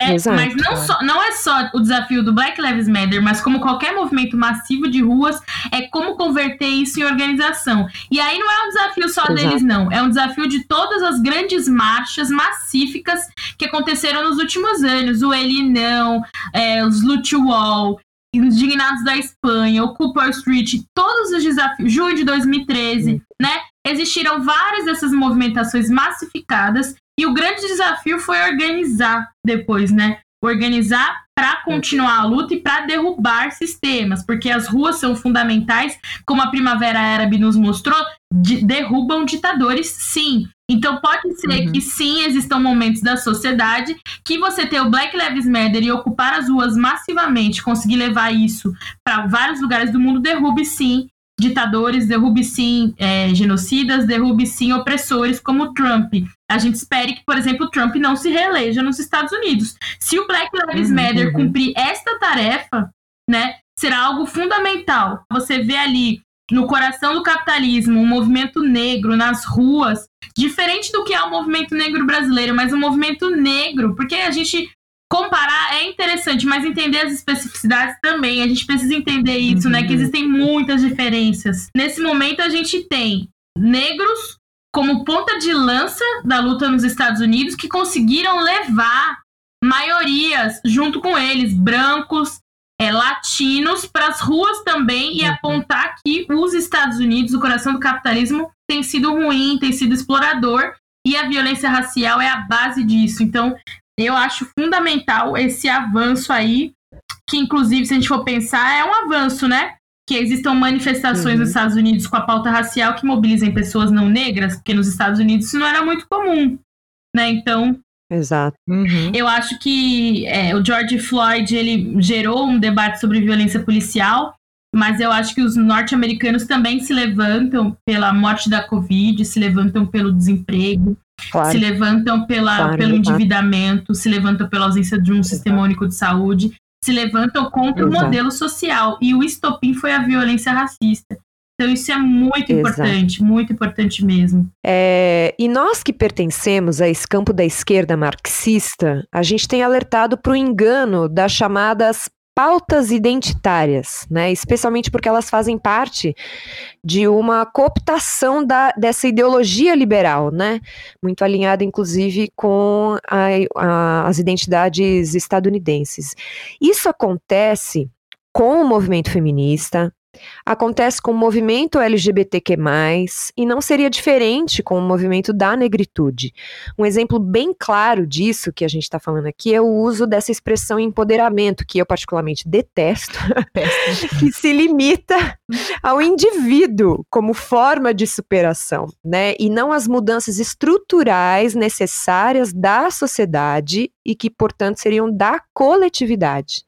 não é só o desafio do Black Lives Matter, mas como qualquer movimento massivo de ruas, é como converter isso em organização. E aí não é um desafio só deles, não. É um desafio de todas as grandes marchas massíficas que aconteceram nos últimos anos. O Ele Não, os Lute Wall, Indignados da Espanha, o Cooper Street, todos os desafios, junho de 2013, né? Existiram várias dessas movimentações massificadas. E o grande desafio foi organizar depois, né? Organizar para continuar a luta e para derrubar sistemas, porque as ruas são fundamentais, como a Primavera Árabe nos mostrou, derrubam ditadores, sim. Então pode ser que sim, existam momentos da sociedade que você ter o Black Lives Matter e ocupar as ruas massivamente, conseguir levar isso para vários lugares do mundo, derrube sim ditadores, derrube sim genocidas, derrube sim opressores como Trump. A gente espere que, por exemplo, o Trump não se reeleja nos Estados Unidos. Se o Black Lives Matter cumprir esta tarefa, né, será algo fundamental. Você vê ali, no coração do capitalismo, um movimento negro nas ruas, diferente do que é o movimento negro brasileiro, mas um movimento negro, porque a gente comparar é interessante, mas entender as especificidades também. A gente precisa entender isso, né? Que existem muitas diferenças. Nesse momento, a gente tem negros como ponta de lança da luta nos Estados Unidos, que conseguiram levar maiorias junto com eles, brancos, latinos, para as ruas também, e apontar que os Estados Unidos, o coração do capitalismo, tem sido ruim, tem sido explorador, e a violência racial é a base disso. Então, eu acho fundamental esse avanço aí, que inclusive, se a gente for pensar, é um avanço, né? Que existam manifestações nos Estados Unidos com a pauta racial que mobilizem pessoas não negras, porque nos Estados Unidos isso não era muito comum, né? Então, exato. Eu acho que o George Floyd, ele gerou um debate sobre violência policial, mas eu acho que os norte-americanos também se levantam pela morte da Covid, se levantam pelo desemprego, Claro. se levantam pelo endividamento, se levantam pela ausência de um sistema único de saúde, se levantam contra o modelo social. E o estopim foi a violência racista. Então isso é muito importante mesmo. E nós que pertencemos a esse campo da esquerda marxista, a gente tem alertado para o engano das chamadas pautas identitárias, né? Especialmente porque elas fazem parte de uma cooptação dessa ideologia liberal, né? Muito alinhada, inclusive, com as identidades estadunidenses. Isso acontece com o movimento feminista, acontece com o movimento LGBTQ+, e não seria diferente com o movimento da negritude. Um exemplo bem claro disso que a gente está falando aqui é o uso dessa expressão empoderamento, que eu particularmente detesto, que se limita ao indivíduo como forma de superação, né? E não às mudanças estruturais necessárias da sociedade e que, portanto, seriam da coletividade.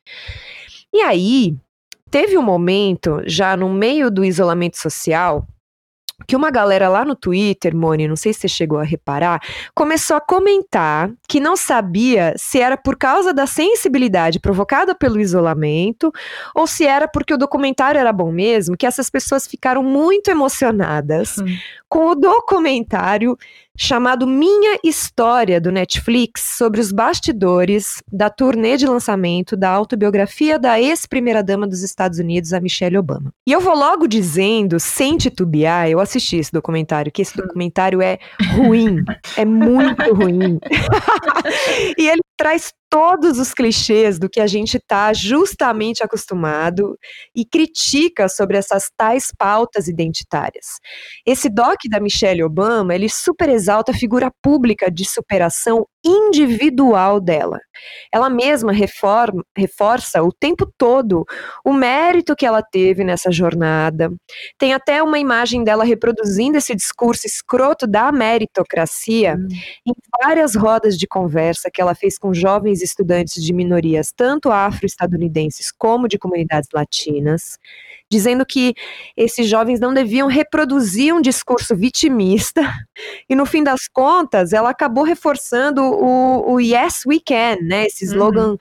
E aí, teve um momento, já no meio do isolamento social, que uma galera lá no Twitter, Moni, não sei se você chegou a reparar, começou a comentar que não sabia se era por causa da sensibilidade provocada pelo isolamento ou se era porque o documentário era bom mesmo, que essas pessoas ficaram muito emocionadas com o documentário chamado Minha História, do Netflix, sobre os bastidores da turnê de lançamento da autobiografia da ex-primeira-dama dos Estados Unidos, a Michelle Obama. E eu vou logo dizendo, sem titubear, eu assisti esse documentário, que esse documentário é ruim, é muito ruim. E ele traz todos os clichês do que a gente está justamente acostumado e critica sobre essas tais pautas identitárias. Esse doc da Michelle Obama, ele super exalta a figura pública de superação individual dela. Ela mesma reforça o tempo todo o mérito que ela teve nessa jornada. Tem até uma imagem dela reproduzindo esse discurso escroto da meritocracia em várias rodas de conversa que ela fez com jovens estudantes de minorias, tanto afro-estadunidenses como de comunidades latinas, dizendo que esses jovens não deviam reproduzir um discurso vitimista, e no fim das contas, ela acabou reforçando o Yes We Can, né, esse slogan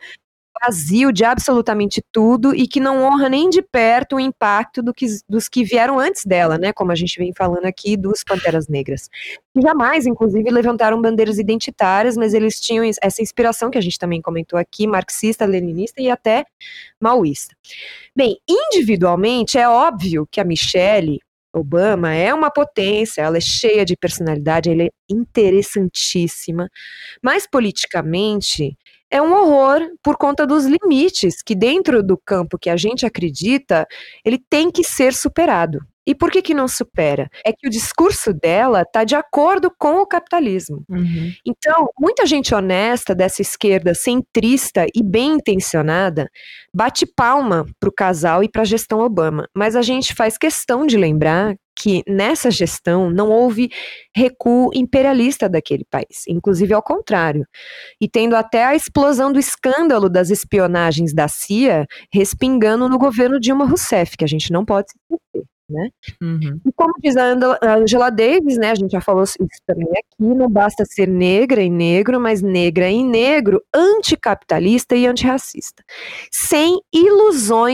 vazio de absolutamente tudo e que não honra nem de perto o impacto dos que vieram antes dela, né, como a gente vem falando aqui dos Panteras Negras. Que jamais, inclusive, levantaram bandeiras identitárias, mas eles tinham essa inspiração que a gente também comentou aqui, marxista, leninista e até maoísta. Bem, individualmente, é óbvio que a Michelle Obama é uma potência, ela é cheia de personalidade, ela é interessantíssima, mas politicamente é um horror por conta dos limites que dentro do campo que a gente acredita, ele tem que ser superado. E por que não supera? É que o discurso dela está de acordo com o capitalismo. Então, muita gente honesta dessa esquerda centrista e bem intencionada bate palma para o casal e para a gestão Obama. Mas a gente faz questão de lembrar que nessa gestão não houve recuo imperialista daquele país, inclusive ao contrário, e tendo até a explosão do escândalo das espionagens da CIA respingando no governo Dilma Rousseff, que a gente não pode se esquecer, né? E como diz a Angela Davis, né, a gente já falou isso também aqui, não basta ser negra e negro, mas negra e negro, anticapitalista e antirracista, sem ilusões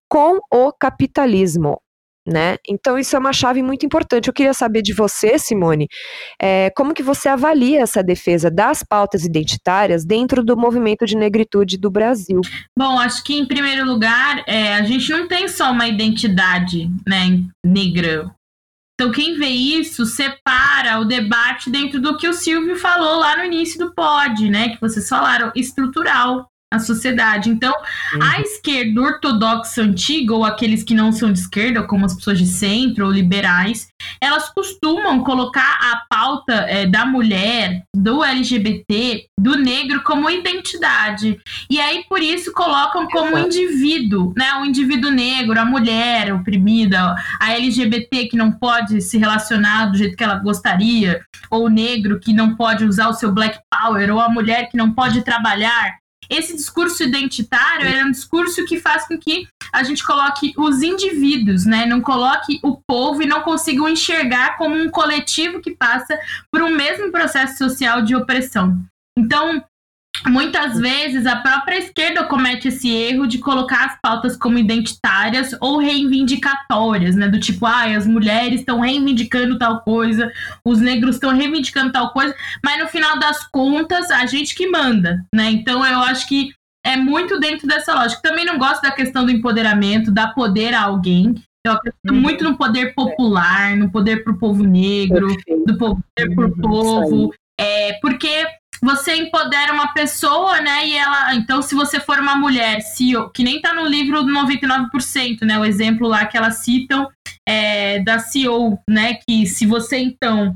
com o capitalismo, né? Então isso é uma chave muito importante. Eu queria saber de você, Simone, como que você avalia essa defesa das pautas identitárias dentro do movimento de negritude do Brasil? Bom, acho que em primeiro lugar, a gente não tem só uma identidade, né, negra. Então quem vê isso separa o debate dentro do que o Silvio falou lá no início do pod, né, que vocês falaram, estrutural. A sociedade. Então, a esquerda ortodoxa antiga, ou aqueles que não são de esquerda, como as pessoas de centro ou liberais, elas costumam colocar a pauta da mulher, do LGBT, do negro como identidade. E aí, por isso, colocam como indivíduo, né? O indivíduo negro, a mulher oprimida, a LGBT que não pode se relacionar do jeito que ela gostaria, ou o negro que não pode usar o seu black power, ou a mulher que não pode trabalhar. Esse discurso identitário é um discurso que faz com que a gente coloque os indivíduos, né? Não coloque o povo e não consiga enxergar como um coletivo que passa por um mesmo processo social de opressão. Então, muitas vezes a própria esquerda comete esse erro de colocar as pautas como identitárias ou reivindicatórias, né? Do tipo, as mulheres estão reivindicando tal coisa, os negros estão reivindicando tal coisa, mas no final das contas, a gente que manda, né? Então eu acho que é muito dentro dessa lógica. Também não gosto da questão do empoderamento, dar poder a alguém. Eu acredito muito no poder popular, no poder pro povo negro, do poder pro povo, porque você empodera uma pessoa, né, e ela... Então, se você for uma mulher CEO, que nem tá no livro do 99%, né, o exemplo lá que elas citam da CEO, né, que se você então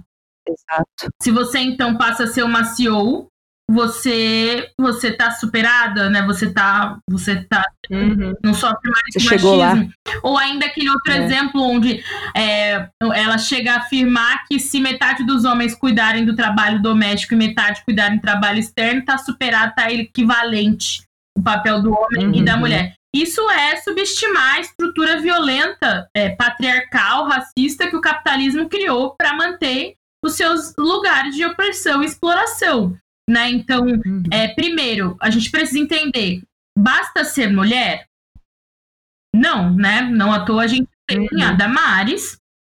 passa a ser uma CEO, você tá superada, né, você tá não sofre mais você chegou machismo. Lá. Ou ainda aquele outro exemplo onde ela chega a afirmar que se metade dos homens cuidarem do trabalho doméstico e metade cuidarem do trabalho externo, tá superado, tá equivalente o papel do homem e da mulher. Isso é subestimar a estrutura violenta, patriarcal, racista que o capitalismo criou para manter os seus lugares de opressão e exploração. Né? Então, primeiro, a gente precisa entender, basta ser mulher? Não, né? Não à toa a gente tem a Damares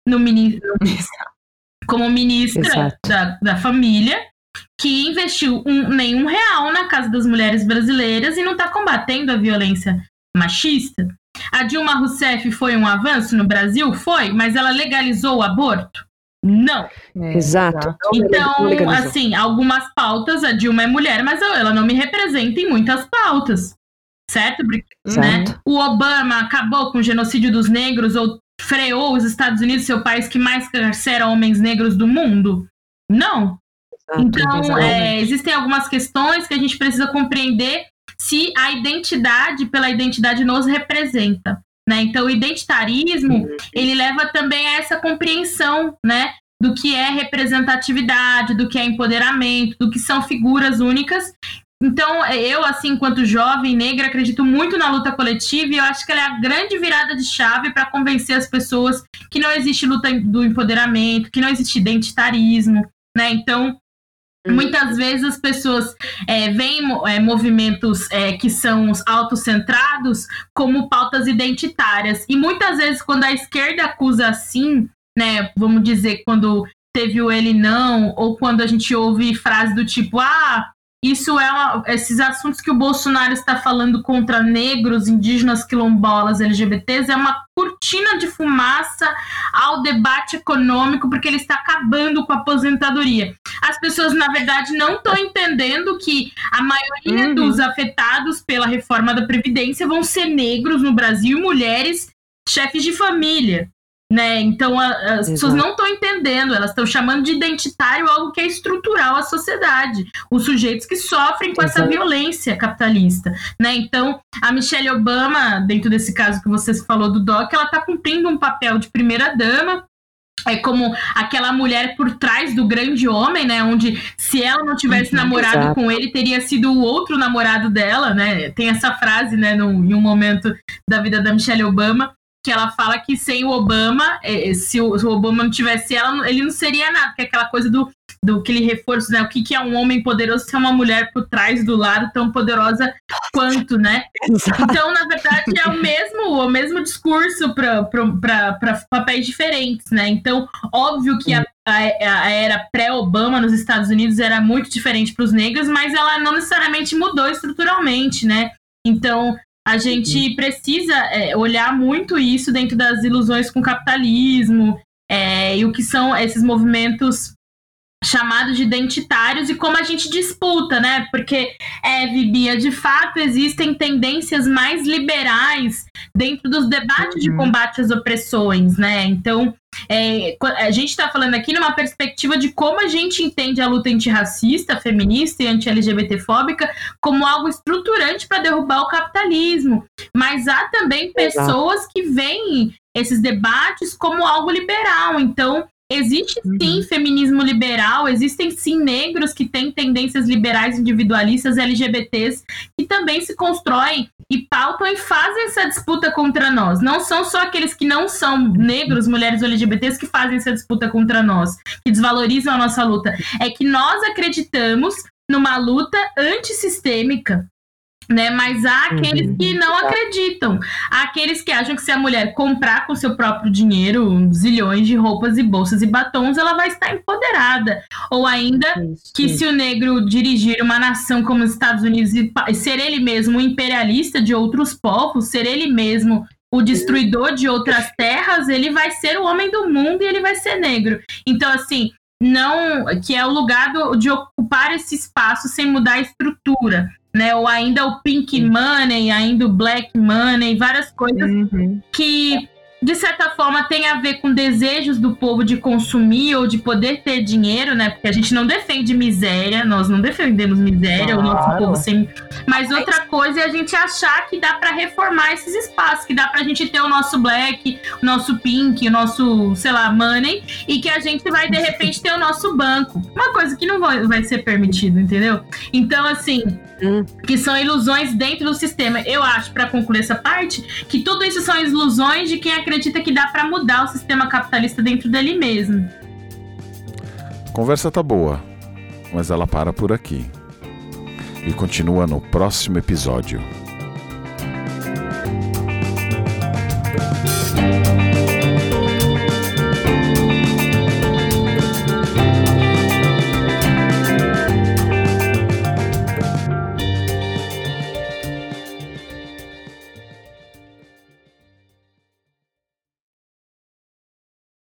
como ministra da família, que investiu nenhum real na Casa das Mulheres Brasileiras e não está combatendo a violência machista. A Dilma Rousseff foi um avanço no Brasil? Foi, mas ela legalizou o aborto? Não. Exato. Então, assim, algumas pautas, a Dilma é mulher, mas ela não me representa em muitas pautas, certo? Né? O Obama acabou com o genocídio dos negros ou freou os Estados Unidos, seu país que mais carcera homens negros do mundo? Não. Então, existem algumas questões que a gente precisa compreender se a identidade pela identidade nos representa. Né? Então, o identitarismo, ele leva também a essa compreensão, né, do que é representatividade, do que é empoderamento, do que são figuras únicas. Então, eu, assim, enquanto jovem negra, acredito muito na luta coletiva e eu acho que ela é a grande virada de chave para convencer as pessoas que não existe luta do empoderamento, que não existe identitarismo, né? Então, muitas vezes as pessoas veem movimentos que são autocentrados como pautas identitárias. E muitas vezes, quando a esquerda acusa assim, né, vamos dizer, quando teve o ele não, ou quando a gente ouve frases do tipo, isso esses assuntos que o Bolsonaro está falando contra negros, indígenas, quilombolas, LGBTs, é uma cortina de fumaça ao debate econômico, porque ele está acabando com a aposentadoria. As pessoas, na verdade, não estão entendendo que a maioria dos afetados pela reforma da Previdência vão ser negros no Brasil e mulheres chefes de família. Né? Então as pessoas não estão entendendo, elas estão chamando de identitário algo que é estrutural à sociedade, os sujeitos que sofrem com essa violência capitalista, né? Então a Michelle Obama, dentro desse caso que você falou do DOC, ela está cumprindo um papel de primeira dama, como aquela mulher por trás do grande homem, né? Onde se ela não tivesse namorado com ele, teria sido o outro namorado dela, né? Tem essa frase, né, em um momento da vida da Michelle Obama, que ela fala que sem o Obama, se o Obama não tivesse ela, ele não seria nada, que é aquela coisa do do aquele reforço, né? O que é um homem poderoso se é uma mulher por trás, do lado, tão poderosa quanto, né? Exato. Então, na verdade, é o mesmo discurso para papéis diferentes, né? Então, óbvio que a era pré-Obama nos Estados Unidos era muito diferente para os negros, mas ela não necessariamente mudou estruturalmente, né? Então, a gente precisa olhar muito isso dentro das ilusões com o capitalismo e o que são esses movimentos chamados de identitários e como a gente disputa, né? Porque, Bia, de fato existem tendências mais liberais dentro dos debates de combate às opressões, né? Então, a gente está falando aqui numa perspectiva de como a gente entende a luta antirracista, feminista e anti-LGBT-fóbica como algo estruturante para derrubar o capitalismo. Mas há também pessoas que veem esses debates como algo liberal. Então, existe sim feminismo liberal, existem sim negros que têm tendências liberais individualistas, LGBTs, que também se constroem e pautam e fazem essa disputa contra nós. Não são só aqueles que não são negros, mulheres ou LGBTs que fazem essa disputa contra nós, que desvalorizam a nossa luta. É que nós acreditamos numa luta antissistêmica, né? Mas há aqueles que não acreditam, há aqueles que acham que se a mulher comprar com seu próprio dinheiro zilhões de roupas e bolsas e batons, ela vai estar empoderada, ou ainda que se o negro dirigir uma nação como os Estados Unidos e ser ele mesmo um imperialista de outros povos, ser ele mesmo o destruidor de outras terras, ele vai ser o homem do mundo e ele vai ser negro. Então, assim, não, que é o lugar de ocupar esse espaço sem mudar a estrutura, né? Ou ainda o pink money, ainda o black money, várias coisas que, de certa forma, tem a ver com desejos do povo de consumir ou de poder ter dinheiro, né? Porque a gente não defende miséria, nós não defendemos miséria, o nosso povo sem... Mas outra coisa é a gente achar que dá para reformar esses espaços, que dá pra gente ter o nosso black, o nosso pink, o nosso, sei lá, money, e que a gente vai, de repente, ter o nosso banco. Uma coisa que não vai ser permitido, entendeu? Então, assim... que são ilusões dentro do sistema. Eu acho, para concluir essa parte, que tudo isso são ilusões de quem acredita que dá para mudar o sistema capitalista dentro dele mesmo. A conversa tá boa, mas ela para por aqui. E continua no próximo episódio.